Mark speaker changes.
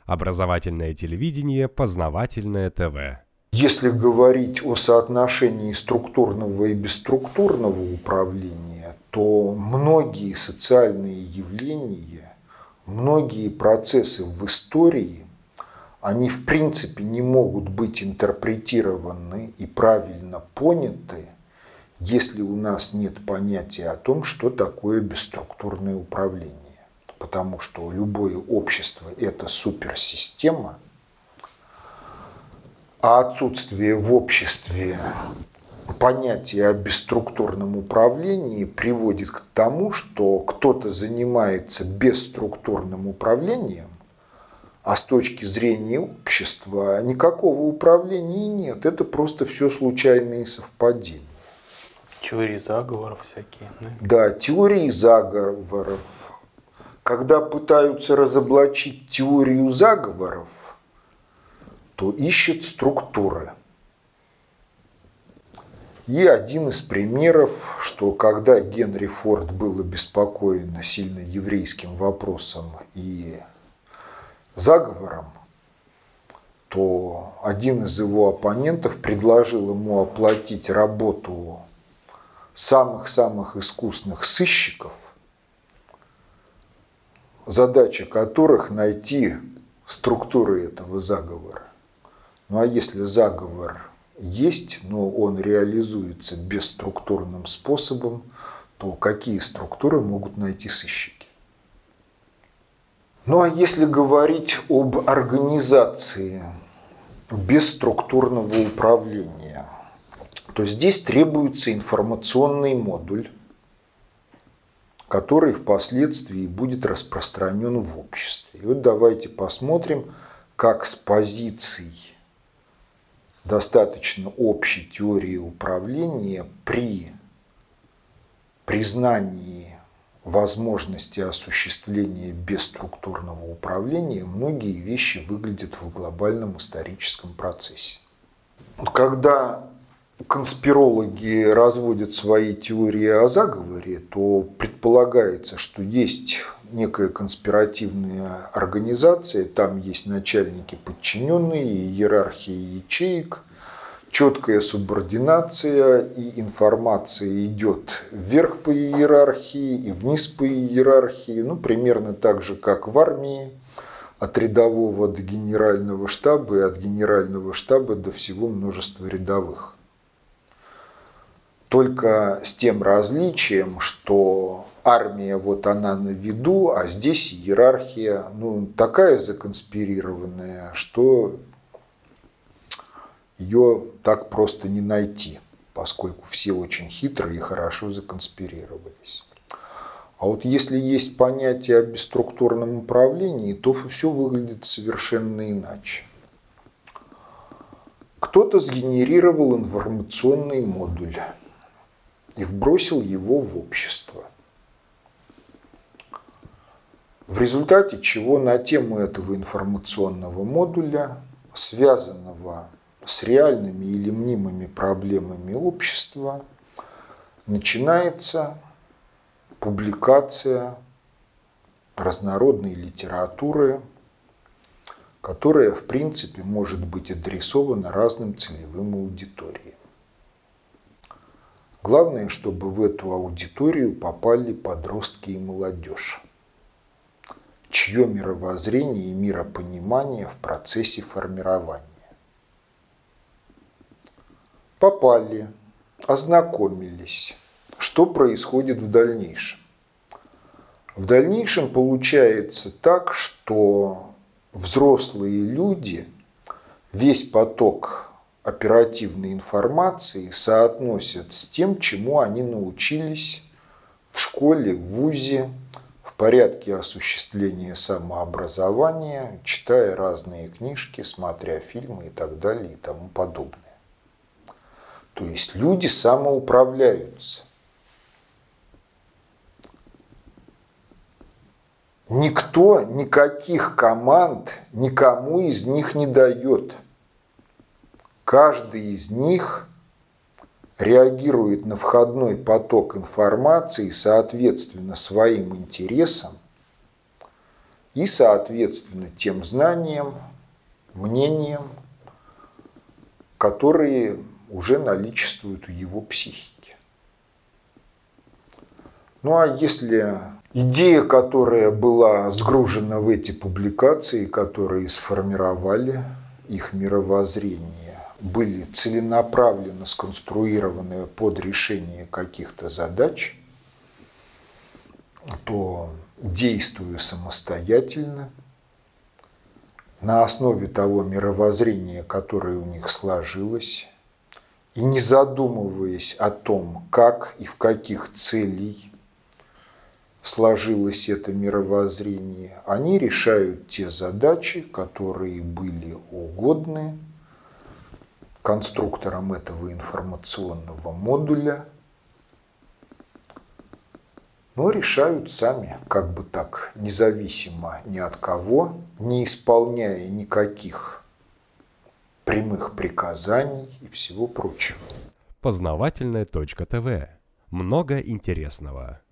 Speaker 1: Образовательное телевидение, познавательное ТВ.
Speaker 2: Если говорить о соотношении структурного и бесструктурного управления, то многие социальные явления, многие процессы в истории, они в принципе не могут быть интерпретированы и правильно поняты, если у нас нет понятия о том, что такое бесструктурное управление. Потому что любое общество – это суперсистема, а отсутствие в обществе понятия о бесструктурном управлении приводит к тому, что кто-то занимается бесструктурным управлением, а с точки зрения общества никакого управления нет. Это просто все случайные совпадения.
Speaker 3: Теории заговоров всякие.
Speaker 2: Да, теории заговоров. Когда пытаются разоблачить теорию заговоров, то ищет структуры. И один из примеров, что когда Генри Форд был обеспокоен сильно еврейским вопросом и заговором, то один из его оппонентов предложил ему оплатить работу самых-самых искусных сыщиков, задача которых найти структуры этого заговора. Ну а если заговор есть, но он реализуется бесструктурным способом, то какие структуры могут найти сыщики? Ну а если говорить об организации бесструктурного управления, то здесь требуется информационный модуль, который впоследствии будет распространен в обществе. И вот давайте посмотрим, как с позиций достаточно общей теории управления при признании возможности осуществления бесструктурного управления многие вещи выглядят в глобальном историческом процессе. Когда конспирологи разводят свои теории о заговоре, то предполагается, что есть некая конспиративная организация, там есть начальники подчиненные, иерархия ячеек, четкая субординация, и информация идет вверх по иерархии и вниз по иерархии, ну, примерно так же, как в армии, от рядового до генерального штаба и от генерального штаба до всего множества рядовых. Только с тем различием, что армия вот она на виду, а здесь иерархия такая законспирированная, что ее так просто не найти, поскольку все очень хитрые и хорошо законспирировались. А вот если есть понятие о бесструктурном управлении, то все выглядит совершенно иначе. Кто-то сгенерировал информационный модуль и вбросил его в общество. В результате чего на тему этого информационного модуля, связанного с реальными или мнимыми проблемами общества, начинается публикация разнородной литературы, которая, в принципе, может быть адресована разным целевым аудиториям. Главное, чтобы в эту аудиторию попали подростки и молодежь, чье мировоззрение и миропонимание в процессе формирования. Попали, ознакомились. Что происходит в дальнейшем? В дальнейшем получается так, что взрослые люди весь поток оперативной информации соотносят с тем, чему они научились в школе, в вузе, в порядке осуществления самообразования, читая разные книжки, смотря фильмы и так далее и тому подобное. То есть люди самоуправляются. Никто никаких команд никому из них не дает. Каждый из них реагирует на входной поток информации соответственно своим интересам и, соответственно, тем знаниям, мнениям, которые уже наличествуют в его психике. Ну а если идея, которая была сгружена в эти публикации, которые сформировали их мировоззрение, были целенаправленно сконструированы под решение каких-то задач, то, действуя самостоятельно, на основе того мировоззрения, которое у них сложилось, и не задумываясь о том, как и в каких целей сложилось это мировоззрение, они решают те задачи, которые были угодны конструкторам этого информационного модуля, но решают сами, как бы так, независимо ни от кого, не исполняя никаких прямых приказаний и всего прочего.
Speaker 1: Познавательная .тв. Много интересного.